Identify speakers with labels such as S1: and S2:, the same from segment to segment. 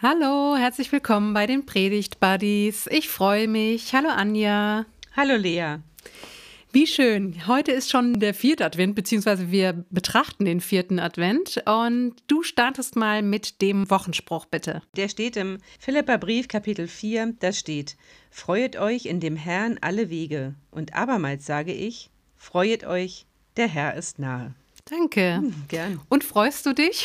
S1: Hallo, herzlich willkommen bei den Predigt Buddies. Ich freue mich. Hallo Anja.
S2: Hallo Lea.
S1: Wie schön. Heute ist schon der vierte Advent, beziehungsweise wir betrachten den vierten Advent. Und du startest mal mit dem Wochenspruch, bitte.
S2: Der steht im Philipperbrief Kapitel 4, da steht: Freuet euch in dem Herrn alle Wege. Und abermals sage ich, freuet euch, der Herr ist nahe.
S1: Danke.
S2: Gern.
S1: Und freust du dich?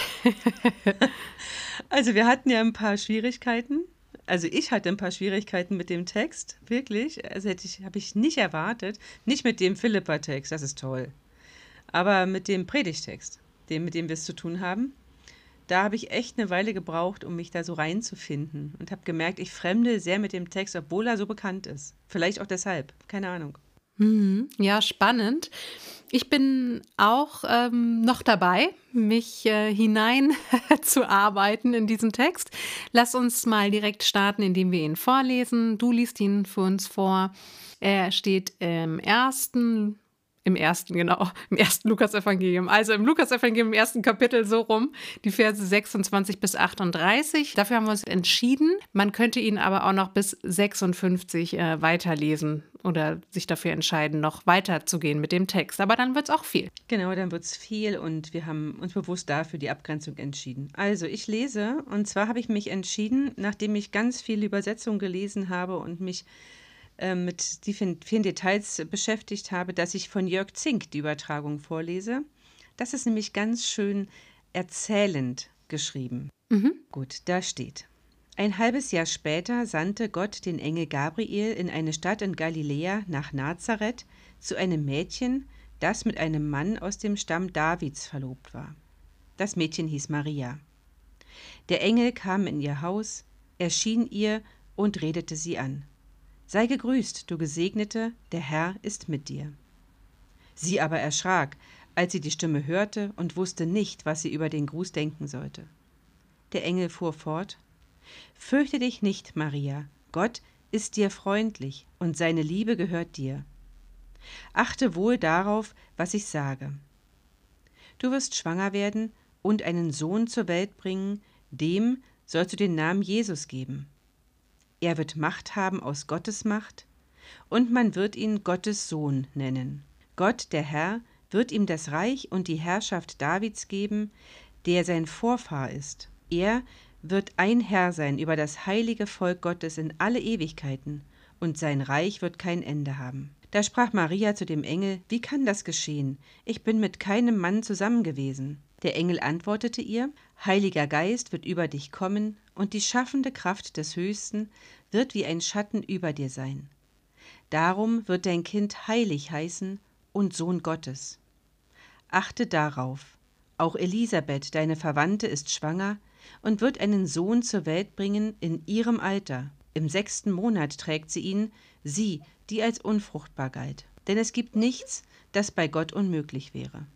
S2: Also wir hatten ja ein paar Schwierigkeiten. Also ich hatte ein paar Schwierigkeiten mit dem Text, wirklich. Also habe ich nicht erwartet. Nicht mit dem Philipper-Text, das ist toll. Aber mit dem Predigtext, mit dem wir es zu tun haben. Da habe ich echt eine Weile gebraucht, um mich da so reinzufinden und habe gemerkt, ich fremde sehr mit dem Text, obwohl er so bekannt ist. Vielleicht auch deshalb, keine Ahnung.
S1: Ja, spannend. Ich bin auch noch dabei, mich hinein zu arbeiten in diesen Text. Lass uns mal direkt starten, indem wir ihn vorlesen. Du liest ihn für uns vor. Er steht im ersten Lukasevangelium. Also im Lukasevangelium, im ersten Kapitel so rum, die Verse 26 bis 38. Dafür haben wir uns entschieden. Man könnte ihn aber auch noch bis 56 weiterlesen oder sich dafür entscheiden, noch weiterzugehen mit dem Text. Aber dann wird es auch viel.
S2: Genau, dann wird es viel und wir haben uns bewusst dafür die Abgrenzung entschieden. Also ich lese, und zwar habe ich mich entschieden, nachdem ich ganz viele Übersetzungen gelesen habe und mich mit die vielen Details beschäftigt habe, dass ich von Jörg Zink die Übertragung vorlese. Das ist nämlich ganz schön erzählend geschrieben. Gut, da steht: Ein halbes Jahr später sandte Gott den Engel Gabriel in eine Stadt in Galiläa nach Nazareth zu einem Mädchen, das mit einem Mann aus dem Stamm Davids verlobt war. Das Mädchen hieß Maria. Der Engel kam in ihr Haus, erschien ihr und redete sie an. Sei gegrüßt, du Gesegnete, der Herr ist mit dir. Sie aber erschrak, als sie die Stimme hörte und wusste nicht, was sie über den Gruß denken sollte. Der Engel fuhr fort: Fürchte dich nicht, Maria, Gott ist dir freundlich und seine Liebe gehört dir. Achte wohl darauf, was ich sage. Du wirst schwanger werden und einen Sohn zur Welt bringen, dem sollst du den Namen Jesus geben. Er wird Macht haben aus Gottes Macht, und man wird ihn Gottes Sohn nennen. Gott, der Herr, wird ihm das Reich und die Herrschaft Davids geben, der sein Vorfahr ist. Er wird ein Herr sein über das heilige Volk Gottes in alle Ewigkeiten, und sein Reich wird kein Ende haben. Da sprach Maria zu dem Engel: Wie kann das geschehen? Ich bin mit keinem Mann zusammen gewesen. Der Engel antwortete ihr: Heiliger Geist wird über dich kommen, und die schaffende Kraft des Höchsten wird wie ein Schatten über dir sein. Darum wird dein Kind heilig heißen und Sohn Gottes. Achte darauf: Auch Elisabeth, deine Verwandte, ist schwanger und wird einen Sohn zur Welt bringen in ihrem Alter. Im 6. Monat trägt sie ihn, sie, die als unfruchtbar galt. Denn es gibt nichts, das bei Gott unmöglich wäre.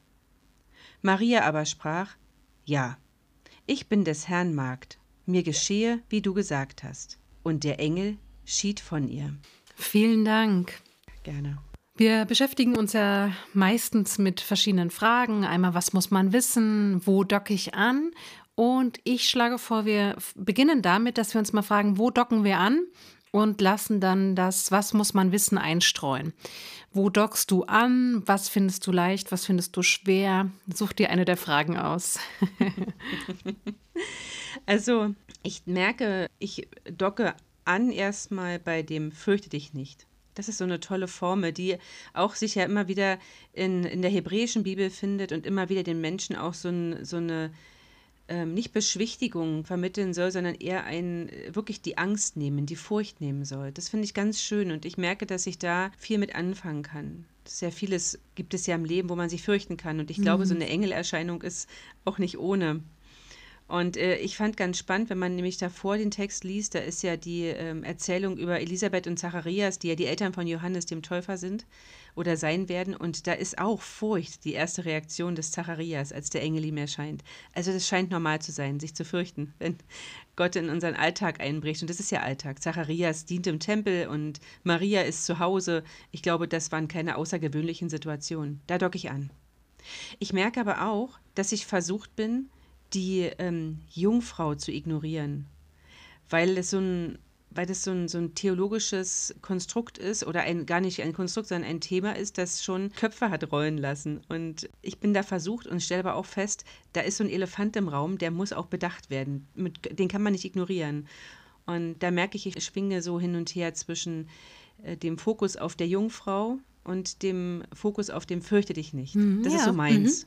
S2: Maria aber sprach: Ja, ich bin des Herrn Magd, mir geschehe, wie du gesagt hast. Und der Engel schied von ihr.
S1: Vielen Dank.
S2: Gerne.
S1: Wir beschäftigen uns ja meistens mit verschiedenen Fragen. Einmal, was muss man wissen? Wo docke ich an? Und ich schlage vor, wir beginnen damit, dass wir uns mal fragen, wo docken wir an? Und lassen dann das, was muss man wissen, einstreuen. Wo dockst du an? Was findest du leicht? Was findest du schwer? Such dir eine der Fragen aus.
S2: Also, ich merke, ich docke an erstmal bei dem Fürchte dich nicht. Das ist so eine tolle Formel, die auch sich ja immer wieder in der hebräischen Bibel findet und immer wieder den Menschen auch so eine nicht Beschwichtigung vermitteln soll, sondern eher wirklich die Angst nehmen, die Furcht nehmen soll. Das finde ich ganz schön und ich merke, dass ich da viel mit anfangen kann. Sehr vieles gibt es ja im Leben, wo man sich fürchten kann und ich glaube, so eine Engelerscheinung ist auch nicht ohne. Und ich fand ganz spannend, wenn man nämlich davor den Text liest, da ist ja die Erzählung über Elisabeth und Zacharias, die ja die Eltern von Johannes dem Täufer sind oder sein werden. Und da ist auch Furcht die erste Reaktion des Zacharias, als der Engel ihm erscheint. Also das scheint normal zu sein, sich zu fürchten, wenn Gott in unseren Alltag einbricht. Und das ist ja Alltag. Zacharias dient im Tempel und Maria ist zu Hause. Ich glaube, das waren keine außergewöhnlichen Situationen. Da docke ich an. Ich merke aber auch, dass ich versucht bin, die Jungfrau zu ignorieren. weil das so ein theologisches Konstrukt ist oder gar nicht ein Konstrukt, sondern ein Thema ist, das schon Köpfe hat rollen lassen. Und ich bin da versucht und stelle aber auch fest, da ist so ein Elefant im Raum, der muss auch bedacht werden. Den kann man nicht ignorieren. Und da merke ich schwinge so hin und her zwischen dem Fokus auf der Jungfrau und dem Fokus auf dem Fürchte dich nicht. Das ist so meins.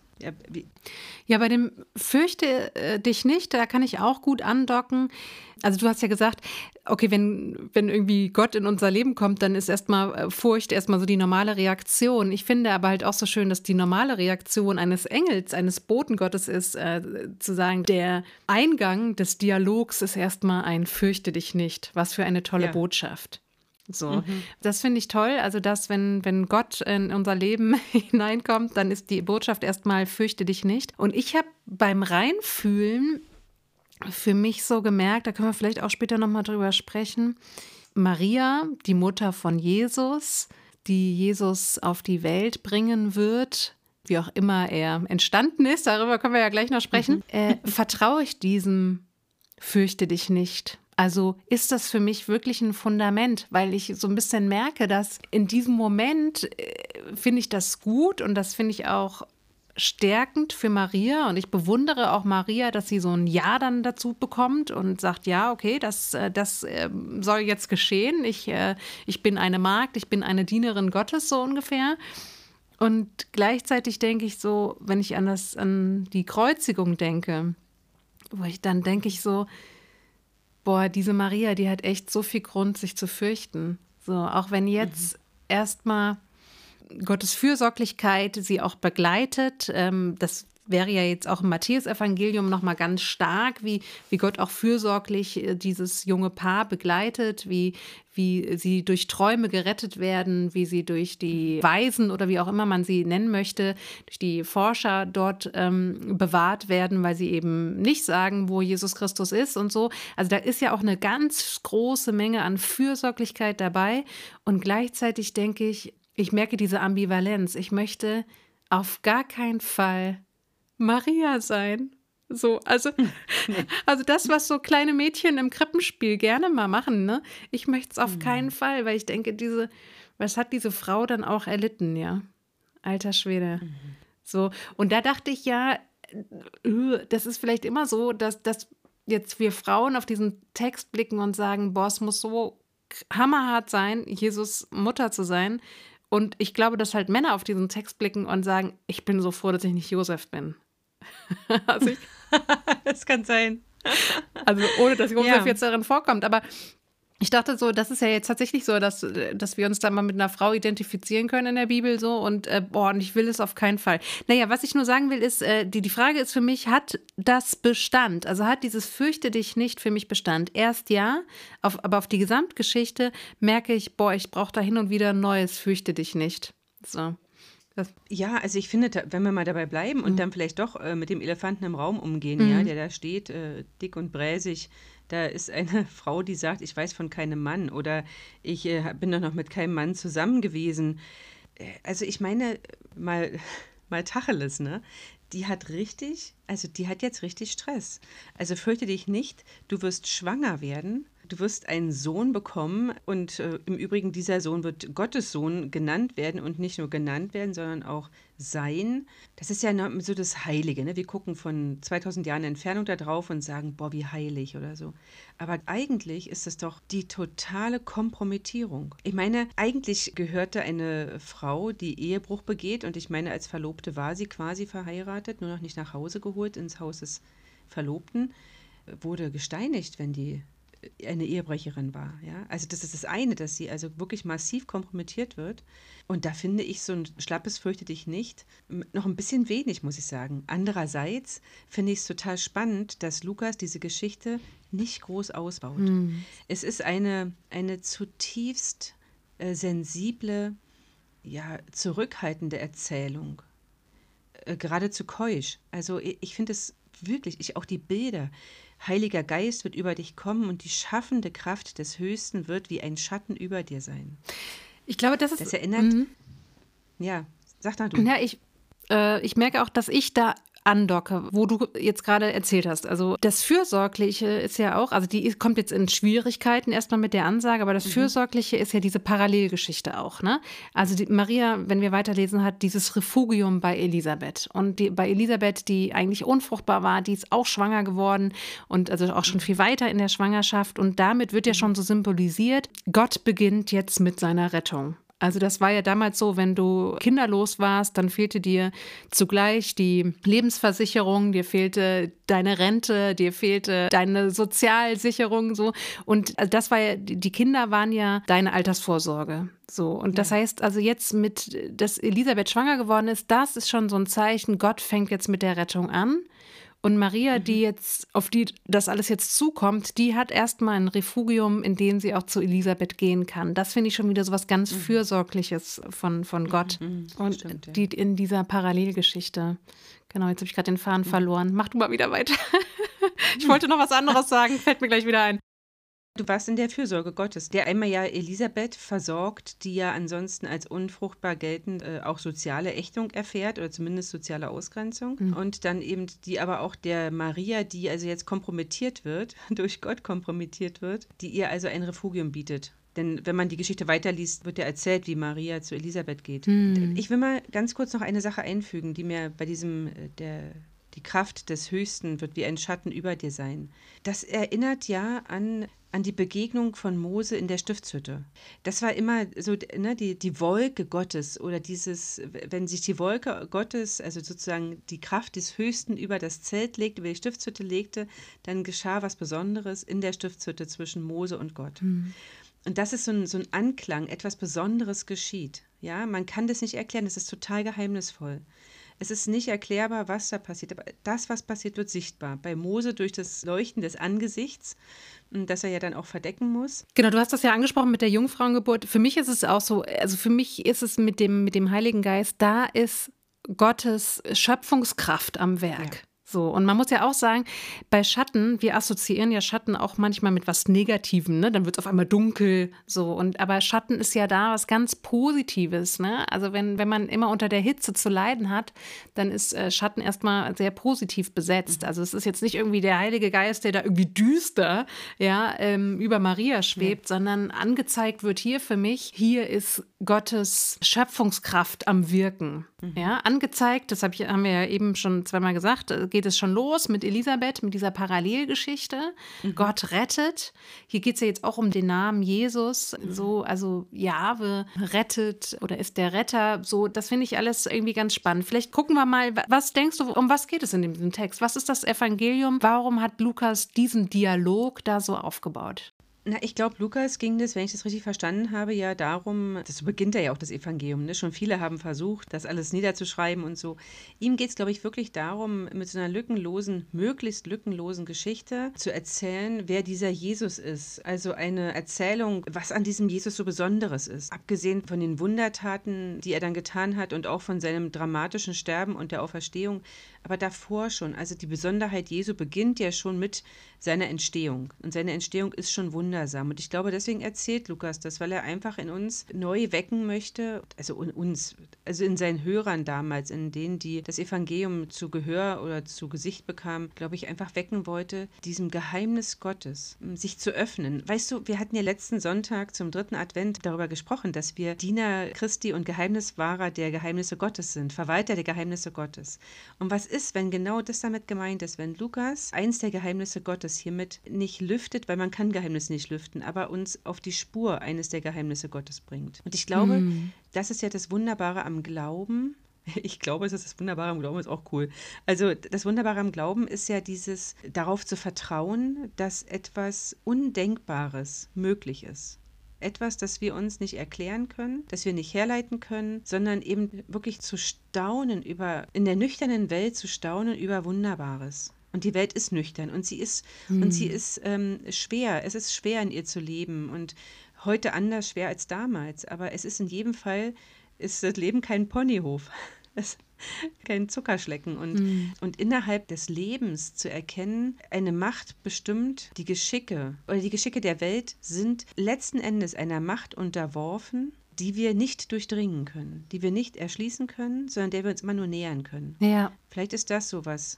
S1: Ja, bei dem Fürchte dich nicht, da kann ich auch gut andocken. Also du hast ja gesagt, okay, wenn irgendwie Gott in unser Leben kommt, dann ist erstmal Furcht erstmal so die normale Reaktion. Ich finde aber halt auch so schön, dass die normale Reaktion eines Engels, eines Botengottes ist, zu sagen, der Eingang des Dialogs ist erstmal ein Fürchte dich nicht. Was für eine tolle Botschaft. So, das finde ich toll. Also, dass, wenn Gott in unser Leben hineinkommt, dann ist die Botschaft erstmal, fürchte dich nicht. Und ich habe beim Reinfühlen für mich so gemerkt, da können wir vielleicht auch später nochmal drüber sprechen, Maria, die Mutter von Jesus, die Jesus auf die Welt bringen wird, wie auch immer er entstanden ist, darüber können wir ja gleich noch sprechen, vertraue ich diesem fürchte dich nicht. Also ist das für mich wirklich ein Fundament, weil ich so ein bisschen merke, dass in diesem Moment finde ich das gut und das finde ich auch stärkend für Maria und ich bewundere auch Maria, dass sie so ein Ja dann dazu bekommt und sagt, ja, okay, das soll jetzt geschehen. Ich bin eine Magd, ich bin eine Dienerin Gottes, so ungefähr. Und gleichzeitig denke ich so, wenn ich an die Kreuzigung denke, dann denke ich so, boah, diese Maria, die hat echt so viel Grund, sich zu fürchten. So, auch wenn jetzt erstmal Gottes Fürsorglichkeit sie auch begleitet, das wäre ja jetzt auch im Matthäus-Evangelium nochmal ganz stark, wie Gott auch fürsorglich dieses junge Paar begleitet, wie sie durch Träume gerettet werden, wie sie durch die Weisen oder wie auch immer man sie nennen möchte, durch die Forscher dort bewahrt werden, weil sie eben nicht sagen, wo Jesus Christus ist und so. Also da ist ja auch eine ganz große Menge an Fürsorglichkeit dabei und gleichzeitig denke ich merke diese Ambivalenz. Ich möchte auf gar keinen Fall Maria sein. So, also das, was so kleine Mädchen im Krippenspiel gerne mal machen, ne? Ich möchte es auf keinen Fall, weil ich denke, was hat diese Frau dann auch erlitten, ja? Alter Schwede. So, und da dachte ich ja, das ist vielleicht immer so, dass jetzt wir Frauen auf diesen Text blicken und sagen, boah, es muss so hammerhart sein, Jesus Mutter zu sein. Und ich glaube, dass halt Männer auf diesen Text blicken und sagen, ich bin so froh, dass ich nicht Josef bin. Also
S2: das kann sein.
S1: Also ohne, dass Josef jetzt darin vorkommt. Aber ich dachte so, das ist ja jetzt tatsächlich so, dass wir uns da mal mit einer Frau identifizieren können in der Bibel so und ich will es auf keinen Fall. Naja, was ich nur sagen will, ist, die Frage ist für mich, hat das Bestand? Also hat dieses Fürchte dich nicht für mich Bestand? Erst ja, aber auf die Gesamtgeschichte merke ich, ich brauche da hin und wieder ein neues Fürchte dich nicht. So.
S2: Ja, also ich finde, wenn wir mal dabei bleiben und dann vielleicht doch mit dem Elefanten im Raum umgehen, ja, der da steht, dick und bräsig, da ist eine Frau, die sagt, ich weiß von keinem Mann oder ich bin doch noch mit keinem Mann zusammen gewesen. Also ich meine, mal Tacheles, ne? Die hat jetzt richtig Stress. Also fürchte dich nicht, du wirst schwanger werden. Du wirst einen Sohn bekommen und im Übrigen, dieser Sohn wird Gottes Sohn genannt werden und nicht nur genannt werden, sondern auch sein. Das ist ja so das Heilige, ne? Wir gucken von 2000 Jahren Entfernung da drauf und sagen, boah, wie heilig oder so. Aber eigentlich ist es doch die totale Kompromittierung. Ich meine, eigentlich gehörte eine Frau, die Ehebruch begeht, und ich meine, als Verlobte war sie quasi verheiratet, nur noch nicht nach Hause geholt ins Haus des Verlobten, wurde gesteinigt, wenn die eine Ehebrecherin war. Ja? Also das ist das eine, dass sie also wirklich massiv kompromittiert wird. Und da finde ich so ein schlappes Fürchte dich nicht noch ein bisschen wenig, muss ich sagen. Andererseits finde ich es total spannend, dass Lukas diese Geschichte nicht groß ausbaut. Es ist eine zutiefst sensible, zurückhaltende Erzählung. Geradezu keusch. Also ich finde es wirklich, auch die Bilder. Heiliger Geist wird über dich kommen und die schaffende Kraft des Höchsten wird wie ein Schatten über dir sein.
S1: Ich glaube, das ist...
S2: Das erinnert... Ja, sag da du.
S1: Ja, ich merke auch, dass ich da andocke, wo du jetzt gerade erzählt hast. Also das Fürsorgliche ist ja auch, also die kommt jetzt in Schwierigkeiten erstmal mit der Ansage, aber das Fürsorgliche ist ja diese Parallelgeschichte auch, ne? Also die Maria, wenn wir weiterlesen, hat dieses Refugium bei Elisabeth. Und bei Elisabeth, die eigentlich unfruchtbar war, die ist auch schwanger geworden und also auch schon viel weiter in der Schwangerschaft. Und damit wird ja schon so symbolisiert, Gott beginnt jetzt mit seiner Rettung. Also das war ja damals so, wenn du kinderlos warst, dann fehlte dir zugleich die Lebensversicherung, dir fehlte deine Rente, dir fehlte deine Sozialsicherung so. Und das war ja, die Kinder waren ja deine Altersvorsorge. So. Und das heißt also jetzt dass Elisabeth schwanger geworden ist, das ist schon so ein Zeichen, Gott fängt jetzt mit der Rettung an. Und Maria, auf die das alles jetzt zukommt, die hat erstmal ein Refugium, in dem sie auch zu Elisabeth gehen kann. Das finde ich schon wieder so was ganz Fürsorgliches von Gott. Und
S2: Stimmt, ja.
S1: die in dieser Parallelgeschichte. Genau, jetzt habe ich gerade den Faden verloren. Mach du mal wieder weiter. Ich wollte noch was anderes sagen, fällt mir gleich wieder ein.
S2: Du warst in der Fürsorge Gottes, der einmal ja Elisabeth versorgt, die ja ansonsten als unfruchtbar geltend auch soziale Ächtung erfährt oder zumindest soziale Ausgrenzung. Und dann eben die aber auch der Maria, die also jetzt kompromittiert wird, durch Gott kompromittiert wird, die ihr also ein Refugium bietet. Denn wenn man die Geschichte weiterliest, wird ja erzählt, wie Maria zu Elisabeth geht. Ich will mal ganz kurz noch eine Sache einfügen, die mir bei diesem, die Kraft des Höchsten wird wie ein Schatten über dir sein. Das erinnert ja an die Begegnung von Mose in der Stiftshütte. Das war immer so, ne, die Wolke Gottes oder wenn sich die Wolke Gottes, also sozusagen die Kraft des Höchsten über das Zelt legte, über die Stiftshütte legte, dann geschah was Besonderes in der Stiftshütte zwischen Mose und Gott. Und das ist so ein Anklang, etwas Besonderes geschieht. Ja, man kann das nicht erklären, das ist total geheimnisvoll. Es ist nicht erklärbar, was da passiert, aber das, was passiert, wird sichtbar. Bei Mose durch das Leuchten des Angesichts, das er ja dann auch verdecken muss.
S1: Genau, du hast das ja angesprochen mit der Jungfrauengeburt. Für mich ist es auch so, also für mich ist es mit dem Heiligen Geist, da ist Gottes Schöpfungskraft am Werk.
S2: Ja.
S1: So, und man muss ja auch sagen, bei Schatten, wir assoziieren ja Schatten auch manchmal mit was Negativem, ne? Dann wird es auf einmal dunkel, so. Aber Schatten ist ja da was ganz Positives, ne? Also wenn man immer unter der Hitze zu leiden hat, dann ist Schatten erstmal sehr positiv besetzt. Also es ist jetzt nicht irgendwie der Heilige Geist, der da irgendwie düster, ja, über Maria schwebt, sondern angezeigt wird hier für mich, hier ist Gottes Schöpfungskraft am Wirken. Ja, angezeigt, das haben wir ja eben schon zweimal gesagt, geht es schon los mit Elisabeth, mit dieser Parallelgeschichte. Gott rettet. Hier geht es ja jetzt auch um den Namen Jesus. So, also Jahwe rettet oder ist der Retter. So, das finde ich alles irgendwie ganz spannend. Vielleicht gucken wir mal, was denkst du, um was geht es in diesem Text? Was ist das Evangelium? Warum hat Lukas diesen Dialog da so aufgebaut?
S2: Na, ich glaube, Lukas ging das, wenn ich das richtig verstanden habe, ja darum, so beginnt ja auch das Evangelium, ne? Schon viele haben versucht, das alles niederzuschreiben und so. Ihm geht es, glaube ich, wirklich darum, mit so einer möglichst lückenlosen Geschichte zu erzählen, wer dieser Jesus ist. Also eine Erzählung, was an diesem Jesus so Besonderes ist. Abgesehen von den Wundertaten, die er dann getan hat und auch von seinem dramatischen Sterben und der Auferstehung, aber davor schon. Also die Besonderheit Jesu beginnt ja schon mit seiner Entstehung. Und seine Entstehung ist schon wundersam. Und ich glaube, deswegen erzählt Lukas das, weil er einfach in uns neu wecken möchte, also in uns, also in seinen Hörern damals, in denen, die das Evangelium zu Gehör oder zu Gesicht bekamen, glaube ich, einfach wecken wollte, diesem Geheimnis Gottes, sich zu öffnen. Weißt du, wir hatten ja letzten Sonntag zum 3. Advent darüber gesprochen, dass wir Diener Christi und Geheimniswahrer der Geheimnisse Gottes sind, Verwalter der Geheimnisse Gottes. Und was ist, wenn genau das damit gemeint ist, wenn Lukas eins der Geheimnisse Gottes hiermit nicht lüftet, weil man kann Geheimnisse nicht lüften, aber uns auf die Spur eines der Geheimnisse Gottes bringt. Und ich glaube, das ist ja das Wunderbare am Glauben. Ich glaube, es ist das Wunderbare am Glauben, ist auch cool. Also das Wunderbare am Glauben ist ja dieses, darauf zu vertrauen, dass etwas Undenkbares möglich ist. Etwas, das wir uns nicht erklären können, das wir nicht herleiten können, sondern eben wirklich zu staunen in der nüchternen Welt zu staunen über Wunderbares. Und die Welt ist nüchtern und sie ist schwer. Es ist schwer, in ihr zu leben und heute anders schwer als damals. Aber es ist in jedem Fall, ist das Leben kein Ponyhof. Es kein Zuckerschlecken. Und innerhalb des Lebens zu erkennen, eine Macht bestimmt die Geschicke oder die Geschicke der Welt sind letzten Endes einer Macht unterworfen, die wir nicht durchdringen können, die wir nicht erschließen können, sondern der wir uns immer nur nähern können.
S1: Ja.
S2: Vielleicht ist das sowas.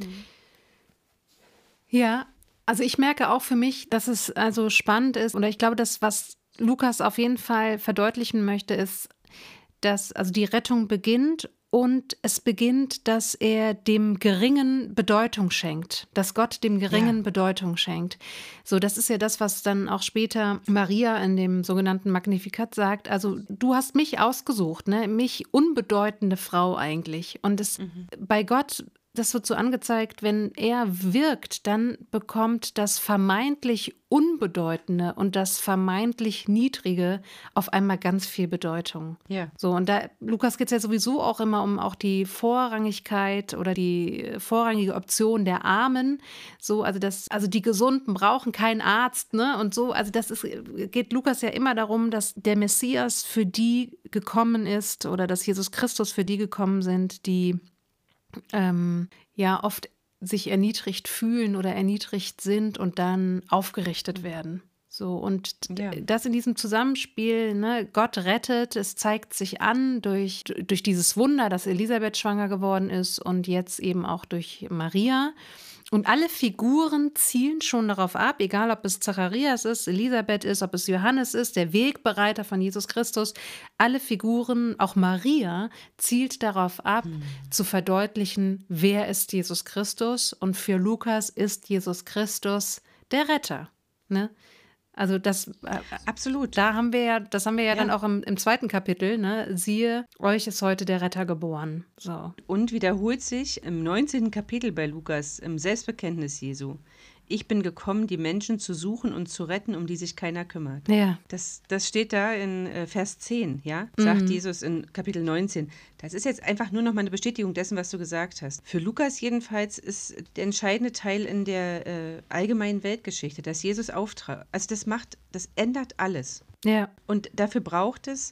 S1: Ja, also ich merke auch für mich, dass es also spannend ist, oder ich glaube, das, was Lukas auf jeden Fall verdeutlichen möchte, ist, dass also die Rettung beginnt und es beginnt, dass er dem Geringen Bedeutung schenkt, dass Gott dem Geringen Bedeutung schenkt. So, das ist ja das, was dann auch später Maria in dem sogenannten Magnificat sagt. Also du hast mich ausgesucht, ne? Mich unbedeutende Frau eigentlich. Und es bei Gott, das wird so angezeigt, wenn er wirkt, dann bekommt das vermeintlich Unbedeutende und das vermeintlich Niedrige auf einmal ganz viel Bedeutung.
S2: Ja.
S1: So, und da, Lukas, geht es ja sowieso auch immer um auch die Vorrangigkeit oder die vorrangige Option der Armen. So, also die Gesunden brauchen keinen Arzt, ne? Und so, also geht Lukas ja immer darum, dass der Messias für die gekommen ist oder dass Jesus Christus für die gekommen sind, die oft sich erniedrigt fühlen oder erniedrigt sind und dann aufgerichtet werden. So, und das in diesem Zusammenspiel, ne, Gott rettet, es zeigt sich an durch dieses Wunder, dass Elisabeth schwanger geworden ist und jetzt eben auch durch Maria. Und alle Figuren zielen schon darauf ab, egal ob es Zacharias ist, Elisabeth ist, ob es Johannes ist, der Wegbereiter von Jesus Christus. Alle Figuren, auch Maria, zielt darauf ab, zu verdeutlichen, wer ist Jesus Christus. Und für Lukas ist Jesus Christus der Retter. Ne? Also das
S2: absolut.
S1: Das haben wir ja dann auch im zweiten Kapitel, ne? Siehe, euch ist heute der Retter geboren. So.
S2: Und wiederholt sich im 19. Kapitel bei Lukas im Selbstbekenntnis Jesu. Ich bin gekommen, die Menschen zu suchen und zu retten, um die sich keiner kümmert.
S1: Ja.
S2: Das steht da in Vers 10, ja, sagt Jesus in Kapitel 19. Das ist jetzt einfach nur noch mal eine Bestätigung dessen, was du gesagt hast. Für Lukas jedenfalls ist der entscheidende Teil in der allgemeinen Weltgeschichte, dass Jesus auftrat. Also das ändert alles.
S1: Ja.
S2: Und dafür braucht es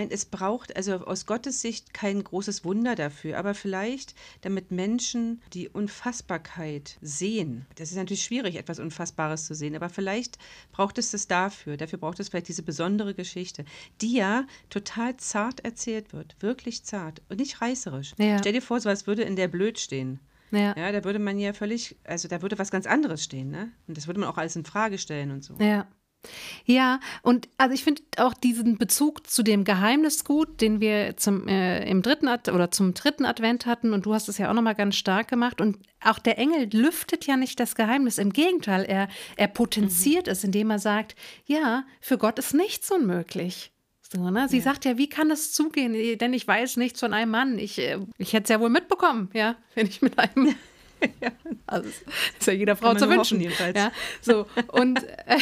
S2: also aus Gottes Sicht kein großes Wunder dafür, aber vielleicht, damit Menschen die Unfassbarkeit sehen. Das ist natürlich schwierig, etwas Unfassbares zu sehen, aber vielleicht braucht es das dafür. Dafür braucht es vielleicht diese besondere Geschichte, die ja total zart erzählt wird, wirklich zart und nicht reißerisch.
S1: Ja.
S2: Stell dir vor, sowas würde in der Blöd stehen.
S1: Ja.
S2: Ja, da würde man ja da würde was ganz anderes stehen, ne? Und das würde man auch alles in Frage stellen und so.
S1: Ja. Ja, und also ich finde auch diesen Bezug zu dem Geheimnis gut, den wir zum dritten Advent hatten, und du hast es ja auch nochmal ganz stark gemacht, und auch der Engel lüftet ja nicht das Geheimnis, im Gegenteil, er potenziert es, indem er sagt, ja, für Gott ist nichts unmöglich. So, ne? Sie sagt ja, wie kann das zugehen, denn ich weiß nichts von einem Mann, ich hätte es ja wohl mitbekommen, ja, wenn ich mit einem... Ja, also ist ja jeder Frau zu wünschen. Ja, so. Und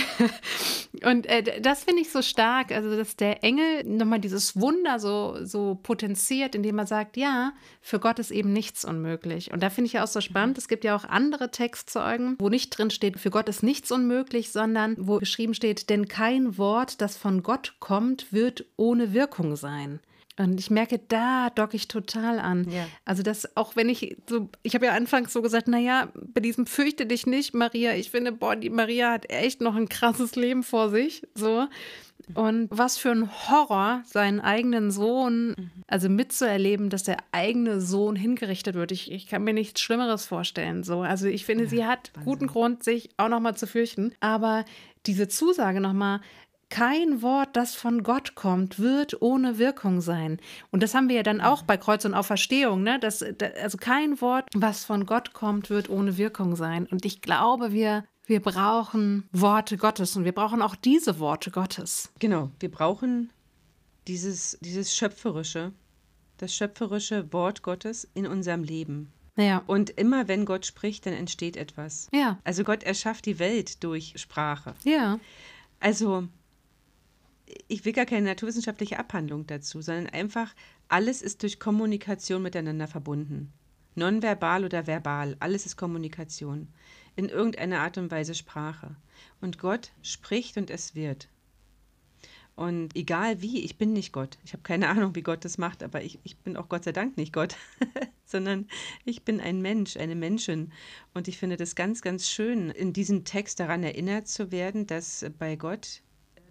S1: das finde ich so stark, also dass der Engel nochmal dieses Wunder so potenziert, indem er sagt, ja, für Gott ist eben nichts unmöglich. Und da finde ich ja auch so spannend, es gibt ja auch andere Textzeugen, wo nicht drin steht, für Gott ist nichts unmöglich, sondern wo geschrieben steht, denn kein Wort, das von Gott kommt, wird ohne Wirkung sein. Und ich merke, da docke ich total an. Ja. Also das, auch wenn ich habe ja anfangs so gesagt, naja, bei diesem fürchte dich nicht, Maria. Ich finde, die Maria hat echt noch ein krasses Leben vor sich. So. Und was für ein Horror, seinen eigenen Sohn, also mitzuerleben, dass der eigene Sohn hingerichtet wird. Ich kann mir nichts Schlimmeres vorstellen. So. Also ich finde, sie hat guten Grund, sich auch noch mal zu fürchten. Aber diese Zusage noch mal, kein Wort, das von Gott kommt, wird ohne Wirkung sein. Und das haben wir ja dann auch bei Kreuz und Auferstehung, ne? Also kein Wort, was von Gott kommt, wird ohne Wirkung sein. Und ich glaube, wir brauchen Worte Gottes, und wir brauchen auch diese Worte Gottes.
S2: Genau, wir brauchen dieses schöpferische, das schöpferische Wort Gottes in unserem Leben.
S1: Ja.
S2: Und immer wenn Gott spricht, dann entsteht etwas.
S1: Ja.
S2: Also Gott erschafft die Welt durch Sprache.
S1: Ja.
S2: Also ich will gar keine naturwissenschaftliche Abhandlung dazu, sondern einfach, alles ist durch Kommunikation miteinander verbunden. Nonverbal oder verbal, alles ist Kommunikation. In irgendeiner Art und Weise Sprache. Und Gott spricht und es wird. Und egal wie, ich bin nicht Gott. Ich habe keine Ahnung, wie Gott das macht, aber ich bin auch Gott sei Dank nicht Gott, sondern ich bin ein Mensch, eine Menschin. Und ich finde das ganz, ganz schön, in diesem Text daran erinnert zu werden, dass bei Gott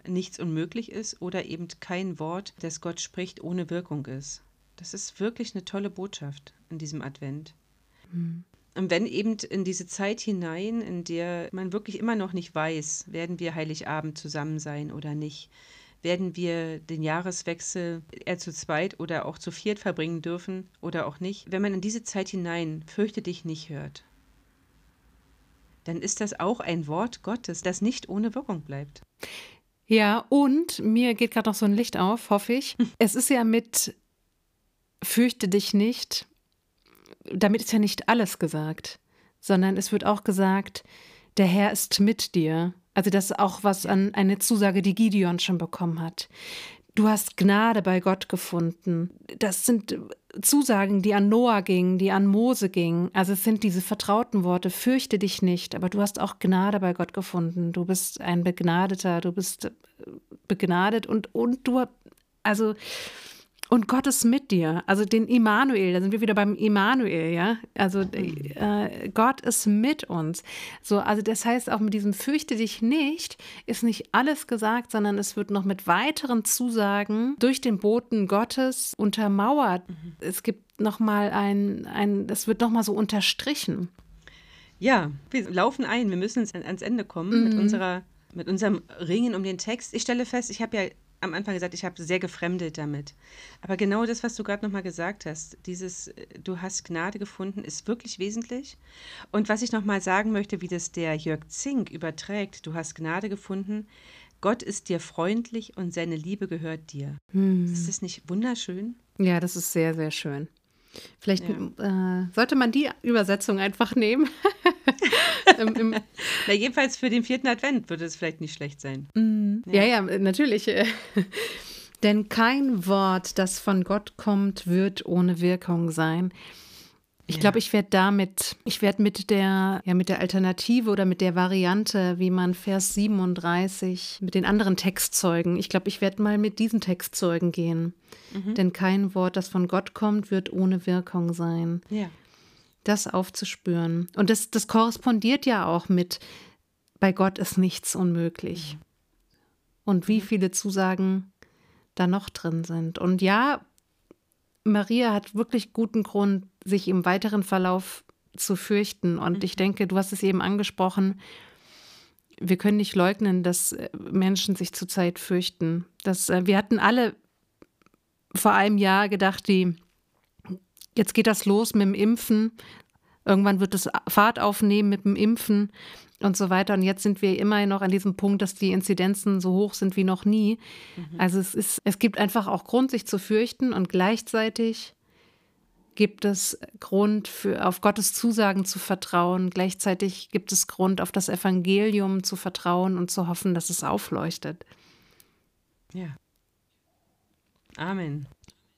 S2: nichts unmöglich ist oder eben kein Wort, das Gott spricht, ohne Wirkung ist. Das ist wirklich eine tolle Botschaft in diesem Advent. Und wenn eben in diese Zeit hinein, in der man wirklich immer noch nicht weiß, werden wir Heiligabend zusammen sein oder nicht, werden wir den Jahreswechsel eher zu zweit oder auch zu viert verbringen dürfen oder auch nicht. Wenn man in diese Zeit hinein fürchte dich nicht hört, dann ist das auch ein Wort Gottes, das nicht ohne Wirkung bleibt.
S1: Ja, und mir geht gerade noch so ein Licht auf, hoffe ich. Es ist ja mit fürchte dich nicht, damit ist ja nicht alles gesagt, sondern es wird auch gesagt, der Herr ist mit dir. Also das ist auch was an eine Zusage, die Gideon schon bekommen hat. Du hast Gnade bei Gott gefunden. Das sind Zusagen, die an Noah gingen, die an Mose gingen. Also es sind diese vertrauten Worte, fürchte dich nicht, aber du hast auch Gnade bei Gott gefunden. Du bist ein Begnadeter, du bist begnadet und du, also und Gott ist mit dir, also den Immanuel, da sind wir wieder beim Immanuel, ja, also Gott ist mit uns. So, also das heißt auch mit diesem fürchte dich nicht, ist nicht alles gesagt, sondern es wird noch mit weiteren Zusagen durch den Boten Gottes untermauert. Es gibt nochmal es wird nochmal so unterstrichen.
S2: Ja, wir laufen ein, wir müssen ans Ende kommen mit unserem Ringen um den Text. Ich stelle fest, ich habe ja am Anfang gesagt, ich habe sehr gefremdet damit. Aber genau das, was du gerade nochmal gesagt hast, dieses du hast Gnade gefunden, ist wirklich wesentlich. Und was ich nochmal sagen möchte, wie das der Jörg Zink überträgt, du hast Gnade gefunden, Gott ist dir freundlich und seine Liebe gehört dir. Ist das nicht wunderschön?
S1: Ja, das ist sehr, sehr schön. Vielleicht sollte man die Übersetzung einfach nehmen.
S2: Na, jedenfalls für den 4. Advent würde es vielleicht nicht schlecht sein.
S1: Ja, natürlich. Denn kein Wort, das von Gott kommt, wird ohne Wirkung sein. Ich glaube, ich werde mit der Alternative oder mit der Variante, wie man Vers 37 mit den anderen Textzeugen, ich glaube, ich werde mal mit diesen Textzeugen gehen. Denn kein Wort, das von Gott kommt, wird ohne Wirkung sein.
S2: Ja.
S1: Das aufzuspüren. Und das korrespondiert ja auch mit, bei Gott ist nichts unmöglich. Und wie viele Zusagen da noch drin sind. Und ja, Maria hat wirklich guten Grund, sich im weiteren Verlauf zu fürchten. Und ich denke, du hast es eben angesprochen, wir können nicht leugnen, dass Menschen sich zurzeit fürchten. Wir hatten alle vor einem Jahr gedacht, jetzt geht das los mit dem Impfen. Irgendwann wird es Fahrt aufnehmen mit dem Impfen und so weiter. Und jetzt sind wir immer noch an diesem Punkt, dass die Inzidenzen so hoch sind wie noch nie. Also es gibt einfach auch Grund, sich zu fürchten. Und gleichzeitig gibt es Grund, auf Gottes Zusagen zu vertrauen. Gleichzeitig gibt es Grund, auf das Evangelium zu vertrauen und zu hoffen, dass es aufleuchtet.
S2: Ja. Amen.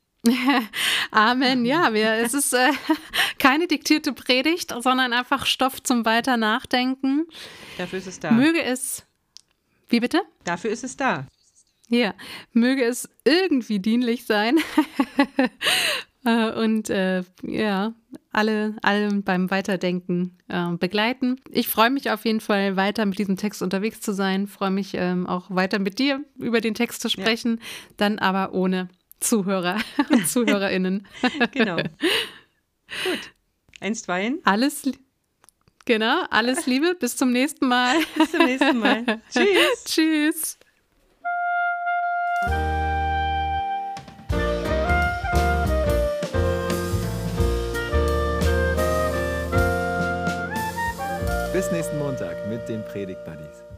S1: Amen, ja, es ist keine diktierte Predigt, sondern einfach Stoff zum weiter Nachdenken.
S2: Dafür ist es da.
S1: Möge es, wie bitte?
S2: Dafür ist es da.
S1: Ja, möge es irgendwie dienlich sein und alle beim Weiterdenken begleiten. Ich freue mich auf jeden Fall, weiter mit diesem Text unterwegs zu sein, freue mich auch weiter mit dir über den Text zu sprechen, dann aber ohne Zuhörer und ZuhörerInnen.
S2: Genau. Gut. Einstweilen.
S1: Alles Liebe. Bis zum nächsten Mal.
S2: Bis zum nächsten Mal. Tschüss.
S1: Tschüss.
S3: Bis nächsten Montag mit den Predigt-Buddies.